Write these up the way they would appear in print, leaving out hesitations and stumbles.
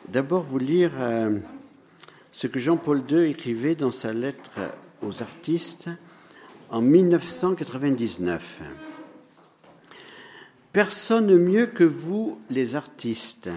d'abord vous lire ce que Jean-Paul II écrivait dans sa lettre aux artistes en 1999. Personne mieux que vous, les artistes,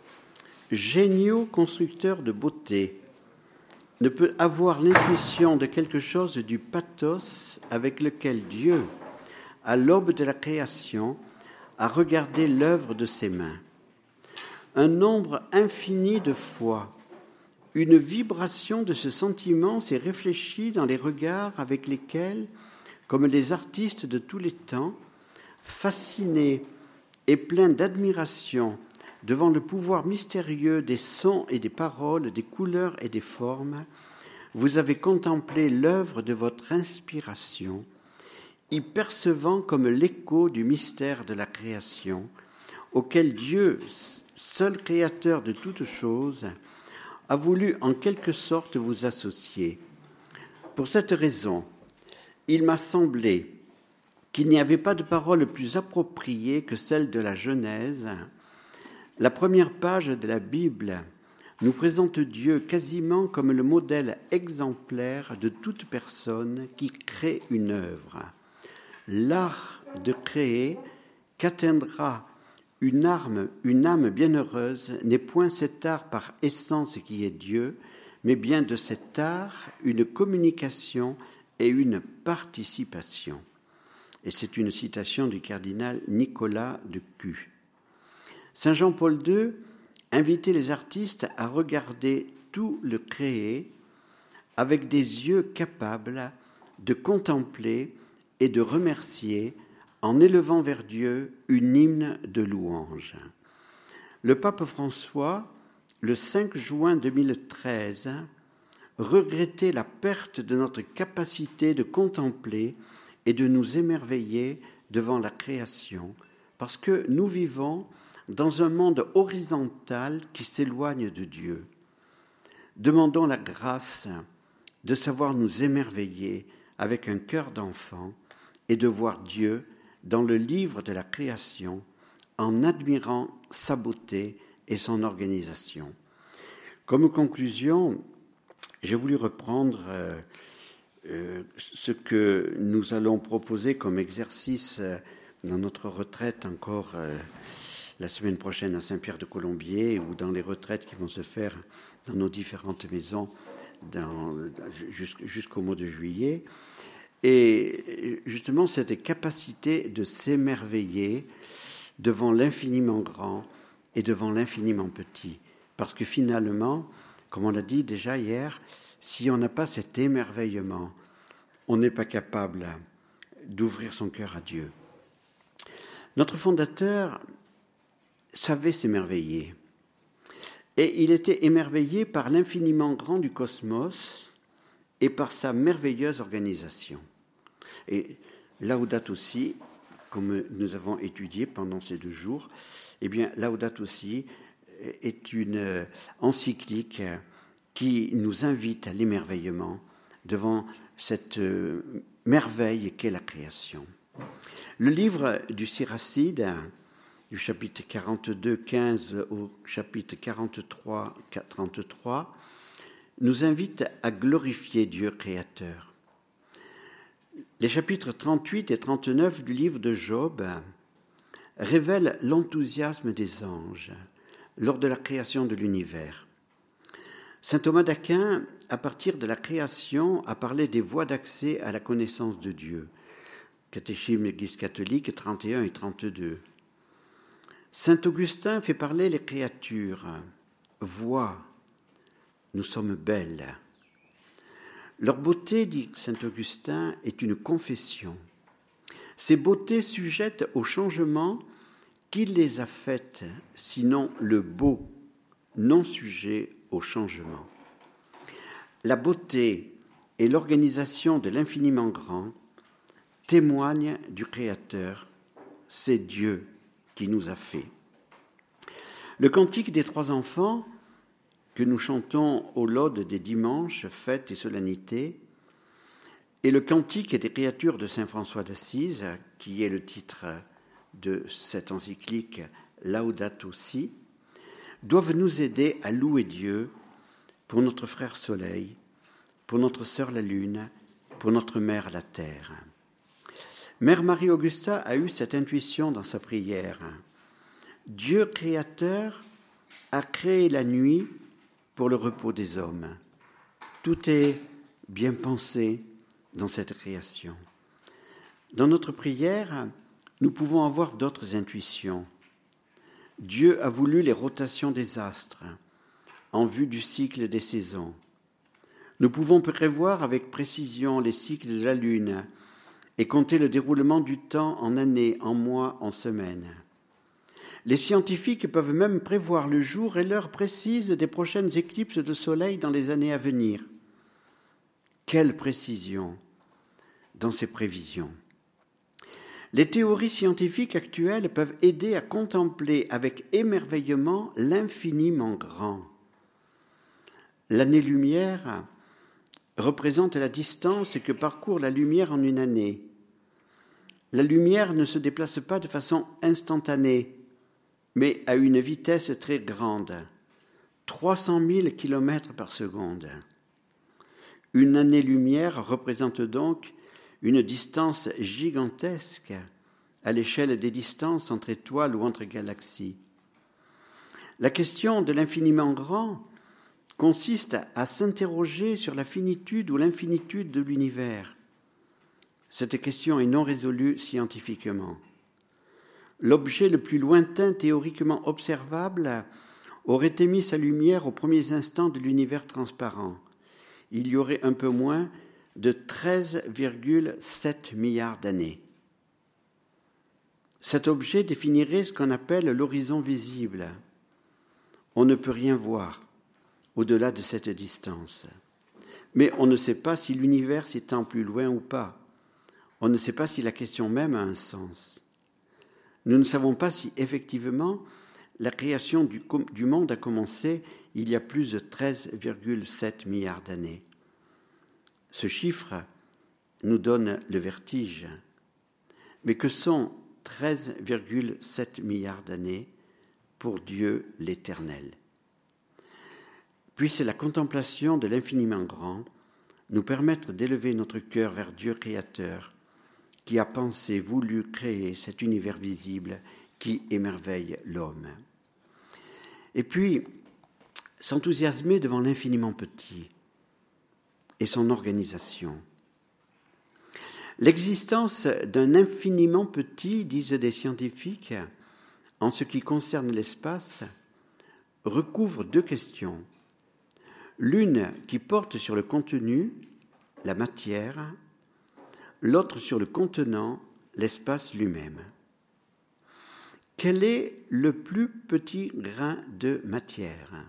géniaux constructeurs de beauté, ne peut avoir l'intuition de quelque chose du pathos avec lequel Dieu, à l'aube de la création, a regardé l'œuvre de ses mains. Un nombre infini de fois, une vibration de ce sentiment s'est réfléchie dans les regards avec lesquels, comme les artistes de tous les temps, fascinés et pleins d'admiration devant le pouvoir mystérieux des sons et des paroles, des couleurs et des formes, vous avez contemplé l'œuvre de votre inspiration, y percevant comme l'écho du mystère de la création, auquel Dieu, seul créateur de toutes choses, a voulu en quelque sorte vous associer. Pour cette raison, il m'a semblé qu'il n'y avait pas de parole plus appropriée que celle de la Genèse. La première page de la Bible nous présente Dieu quasiment comme le modèle exemplaire de toute personne qui crée une œuvre. L'art de créer qu'atteindra une âme bienheureuse n'est point cet art par essence qui est Dieu, mais bien de cet art une communication et une participation. Et c'est une citation du cardinal Nicolas de Cues. Saint Jean-Paul II invitait les artistes à regarder tout le créé avec des yeux capables de contempler et de remercier en élevant vers Dieu une hymne de louange. Le pape François, le 5 juin 2013, regrettait la perte de notre capacité de contempler et de nous émerveiller devant la création, parce que nous vivons dans un monde horizontal qui s'éloigne de Dieu. Demandons la grâce de savoir nous émerveiller avec un cœur d'enfant et de voir Dieu dans le livre de la création en admirant sa beauté et son organisation. Comme conclusion, j'ai voulu reprendre ce que nous allons proposer comme exercice dans notre retraite encore la semaine prochaine à Saint-Pierre-de-Colombier ou dans les retraites qui vont se faire dans nos différentes maisons jusqu'au mois de juillet. Et justement, cette capacité de s'émerveiller devant l'infiniment grand et devant l'infiniment petit. Parce que finalement, comme on l'a dit déjà hier, si on n'a pas cet émerveillement, on n'est pas capable d'ouvrir son cœur à Dieu. Notre fondateur savait s'émerveiller. Et il était émerveillé par l'infiniment grand du cosmos et par sa merveilleuse organisation. Et Laudato Si, comme nous avons étudié pendant ces 2 jours, eh bien, Laudato Si est une encyclique qui nous invite à l'émerveillement devant cette merveille qu'est la création. Le livre du Siracide, du chapitre 42, 15 au chapitre 43, 33, nous invite à glorifier Dieu créateur. Les chapitres 38 et 39 du livre de Job révèlent l'enthousiasme des anges lors de la création de l'univers. Saint Thomas d'Aquin, à partir de la création, a parlé des voies d'accès à la connaissance de Dieu. Catéchisme de l'Église catholique 31 et 32. Saint Augustin fait parler les créatures. Vois, nous sommes belles. Leur beauté, dit saint Augustin, est une confession. Ces beautés sujettes au changement, qui les a faites, sinon le beau, non sujet au changement. La beauté et l'organisation de l'infiniment grand témoignent du Créateur. C'est Dieu qui nous a fait. Le cantique des 3 enfants que nous chantons au laudes des dimanches, fêtes et solennités, et le cantique des créatures de saint François d'Assise, qui est le titre de cette encyclique Laudato Si, doivent nous aider à louer Dieu pour notre frère Soleil, pour notre sœur la Lune, pour notre mère la Terre. Mère Marie-Augusta a eu cette intuition dans sa prière. Dieu créateur a créé la nuit pour le repos des hommes. Tout est bien pensé dans cette création. Dans notre prière, nous pouvons avoir d'autres intuitions. Dieu a voulu les rotations des astres en vue du cycle des saisons. Nous pouvons prévoir avec précision les cycles de la Lune et compter le déroulement du temps en années, en mois, en semaines. Les scientifiques peuvent même prévoir le jour et l'heure précise des prochaines éclipses de soleil dans les années à venir. Quelle précision dans ces prévisions! Les théories scientifiques actuelles peuvent aider à contempler avec émerveillement l'infiniment grand. L'année-lumière représente la distance que parcourt la lumière en une année. La lumière ne se déplace pas de façon instantanée, mais à une vitesse très grande, 300 000 km par seconde. Une année-lumière représente donc une distance gigantesque à l'échelle des distances entre étoiles ou entre galaxies. La question de l'infiniment grand consiste à s'interroger sur la finitude ou l'infinitude de l'univers. Cette question est non résolue scientifiquement. L'objet le plus lointain théoriquement observable aurait émis sa lumière aux premiers instants de l'univers transparent. Il y aurait un peu moins de 13,7 milliards d'années. Cet objet définirait ce qu'on appelle l'horizon visible. On ne peut rien voir au-delà de cette distance. Mais on ne sait pas si l'univers s'étend plus loin ou pas. On ne sait pas si la question même a un sens. Nous ne savons pas si effectivement la création du monde a commencé il y a plus de 13,7 milliards d'années. Ce chiffre nous donne le vertige. Mais que sont 13,7 milliards d'années pour Dieu l'Éternel? Puisse la contemplation de l'infiniment grand nous permettre d'élever notre cœur vers Dieu créateur, qui a pensé, voulu créer cet univers visible qui émerveille l'homme. Et puis, s'enthousiasmer devant l'infiniment petit et son organisation. L'existence d'un infiniment petit, disent des scientifiques, en ce qui concerne l'espace, recouvre deux questions. L'une qui porte sur le contenu, la matière, l'autre sur le contenant, l'espace lui-même. Quel est le plus petit grain de matière?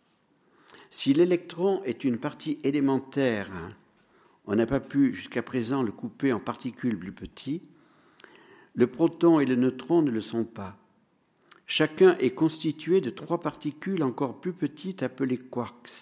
Si l'électron est une partie élémentaire, on n'a pas pu jusqu'à présent le couper en particules plus petites, le proton et le neutron ne le sont pas. Chacun est constitué de 3 particules encore plus petites appelées quarks.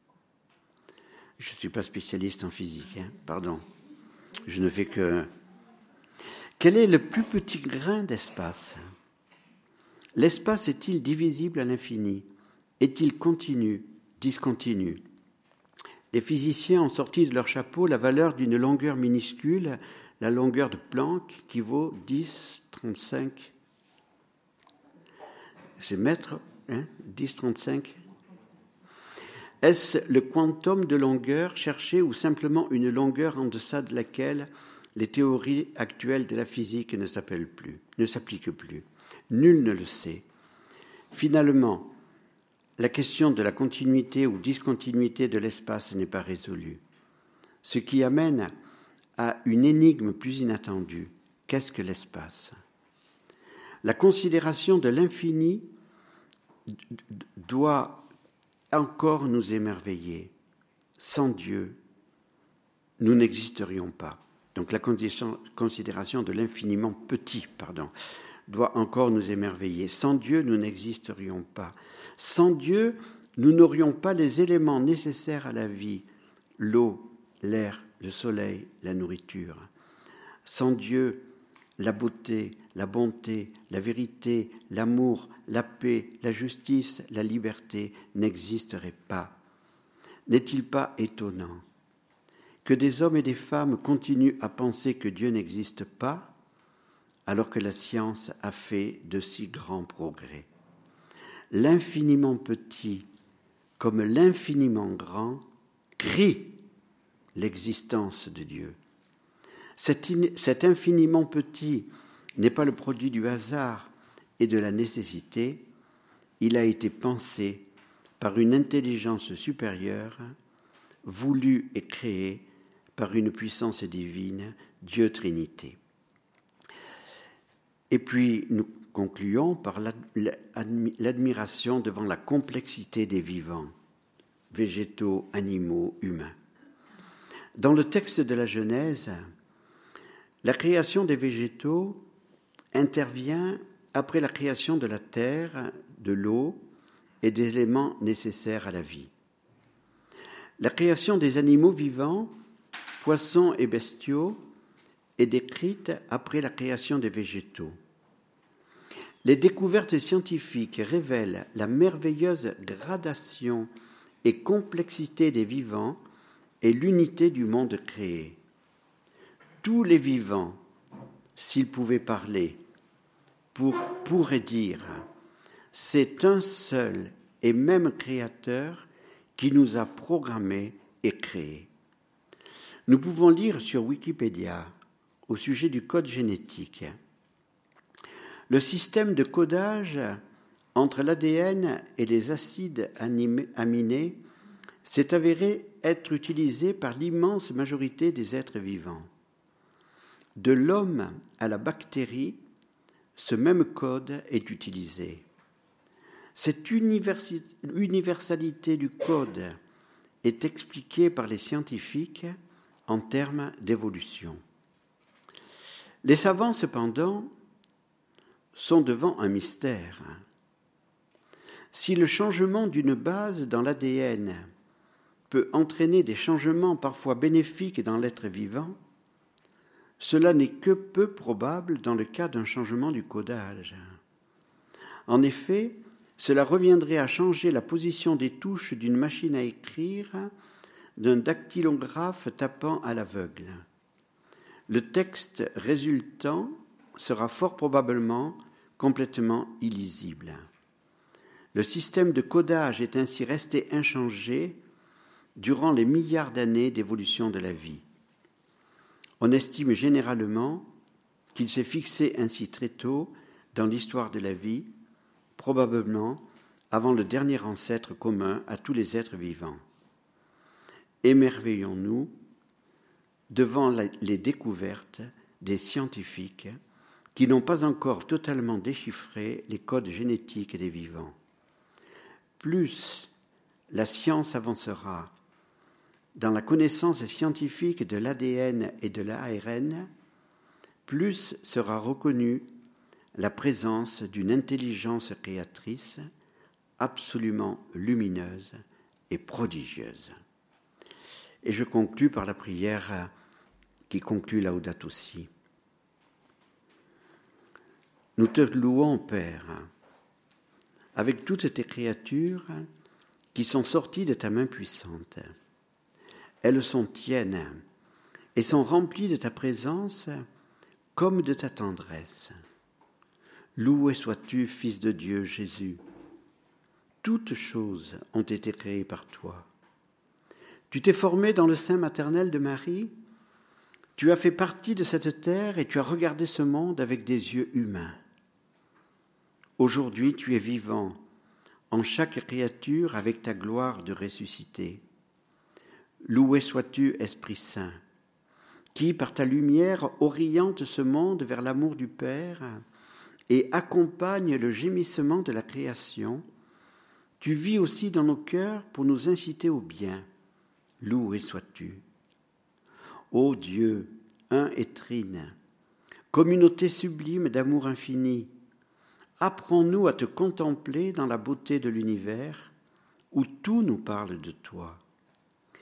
Je ne suis pas spécialiste en physique, pardon. Je ne fais que... Quel est le plus petit grain d'espace? L'espace est-il divisible à l'infini? Est-il continu, discontinu? Les physiciens ont sorti de leur chapeau la valeur d'une longueur minuscule, la longueur de Planck, qui vaut 10,35. C'est mètres, 10,35. Est-ce le quantum de longueur cherché ou simplement une longueur en deçà de laquelle les théories actuelles de la physique ne s'appliquent plus? Nul ne le sait. Finalement, la question de la continuité ou discontinuité de l'espace n'est pas résolue. Ce qui amène à une énigme plus inattendue. Qu'est-ce que l'espace? La considération de l'infini doit encore nous émerveiller. Sans Dieu, nous n'existerions pas. Donc la considération de l'infiniment petit, doit encore nous émerveiller. Sans Dieu, nous n'existerions pas. Sans Dieu, nous n'aurions pas les éléments nécessaires à la vie, l'eau, l'air, le soleil, la nourriture. Sans Dieu, la beauté, la bonté, la vérité, l'amour, la paix, la justice, la liberté n'existeraient pas. N'est-il pas étonnant que des hommes et des femmes continuent à penser que Dieu n'existe pas, alors que la science a fait de si grands progrès? L'infiniment petit comme l'infiniment grand crie l'existence de Dieu. Cet infiniment petit n'est pas le produit du hasard et de la nécessité, il a été pensé par une intelligence supérieure, voulu et créé par une puissance divine, Dieu Trinité. Et puis nous concluons par l'admiration devant la complexité des vivants, végétaux, animaux, humains. Dans le texte de la Genèse, la création des végétaux intervient après la création de la terre, de l'eau et des éléments nécessaires à la vie. La création des animaux vivants, poissons et bestiaux, est décrite après la création des végétaux. Les découvertes scientifiques révèlent la merveilleuse gradation et complexité des vivants et l'unité du monde créé. Tous les vivants, s'ils pouvaient parler, pourraient dire « c'est un seul et même Créateur qui nous a programmés et créés ». Nous pouvons lire sur Wikipédia au sujet du code génétique. Le système de codage entre l'ADN et les acides aminés s'est avéré être utilisé par l'immense majorité des êtres vivants. De l'homme à la bactérie, ce même code est utilisé. Cette universalité du code est expliquée par les scientifiques en termes d'évolution. Les savants, cependant, sont devant un mystère. Si le changement d'une base dans l'ADN peut entraîner des changements parfois bénéfiques dans l'être vivant, cela n'est que peu probable dans le cas d'un changement du codage. En effet, cela reviendrait à changer la position des touches d'une machine à écrire, d'un dactylographe tapant à l'aveugle. Le texte résultant sera fort probablement complètement illisible. Le système de codage est ainsi resté inchangé durant les milliards d'années d'évolution de la vie. On estime généralement qu'il s'est fixé ainsi très tôt dans l'histoire de la vie, probablement avant le dernier ancêtre commun à tous les êtres vivants. Émerveillons-nous devant les découvertes des scientifiques qui n'ont pas encore totalement déchiffré les codes génétiques des vivants. Plus la science avancera dans la connaissance scientifique de l'ADN et de l'ARN, plus sera reconnue la présence d'une intelligence créatrice absolument lumineuse et prodigieuse. Et je conclus par la prière qui conclut Laudato Si. Nous te louons, Père, avec toutes tes créatures qui sont sorties de ta main puissante. Elles sont tiennes et sont remplies de ta présence comme de ta tendresse. Loué sois-tu, Fils de Dieu, Jésus. Toutes choses ont été créées par toi. Tu t'es formé dans le sein maternel de Marie, tu as fait partie de cette terre et tu as regardé ce monde avec des yeux humains. Aujourd'hui, tu es vivant en chaque créature avec ta gloire de ressuscité. Loué sois-tu, Esprit Saint, qui, par ta lumière, oriente ce monde vers l'amour du Père et accompagne le gémissement de la création. Tu vis aussi dans nos cœurs pour nous inciter au bien. Loué sois-tu. Ô Dieu, un et trine, communauté sublime d'amour infini, apprends-nous à te contempler dans la beauté de l'univers où tout nous parle de toi.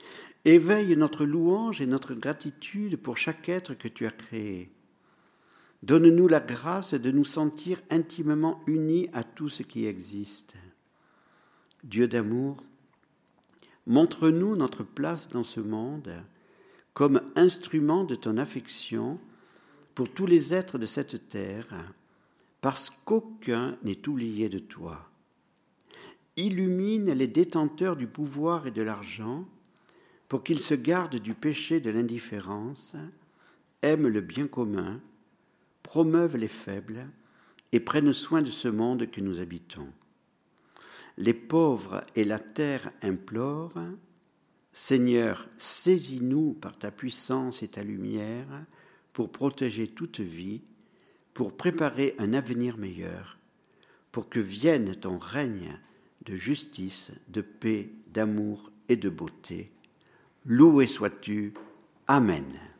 Éveille notre louange et notre gratitude pour chaque être que tu as créé. Donne-nous la grâce de nous sentir intimement unis à tout ce qui existe. Dieu d'amour, montre-nous notre place dans ce monde comme instrument de ton affection pour tous les êtres de cette terre, parce qu'aucun n'est oublié de toi. Illumine les détenteurs du pouvoir et de l'argent pour qu'ils se gardent du péché de l'indifférence, aiment le bien commun, promeuvent les faibles et prennent soin de ce monde que nous habitons. Les pauvres et la terre implorent. Seigneur, saisis-nous par ta puissance et ta lumière pour protéger toute vie, pour préparer un avenir meilleur, pour que vienne ton règne de justice, de paix, d'amour et de beauté. Loué sois-tu. Amen.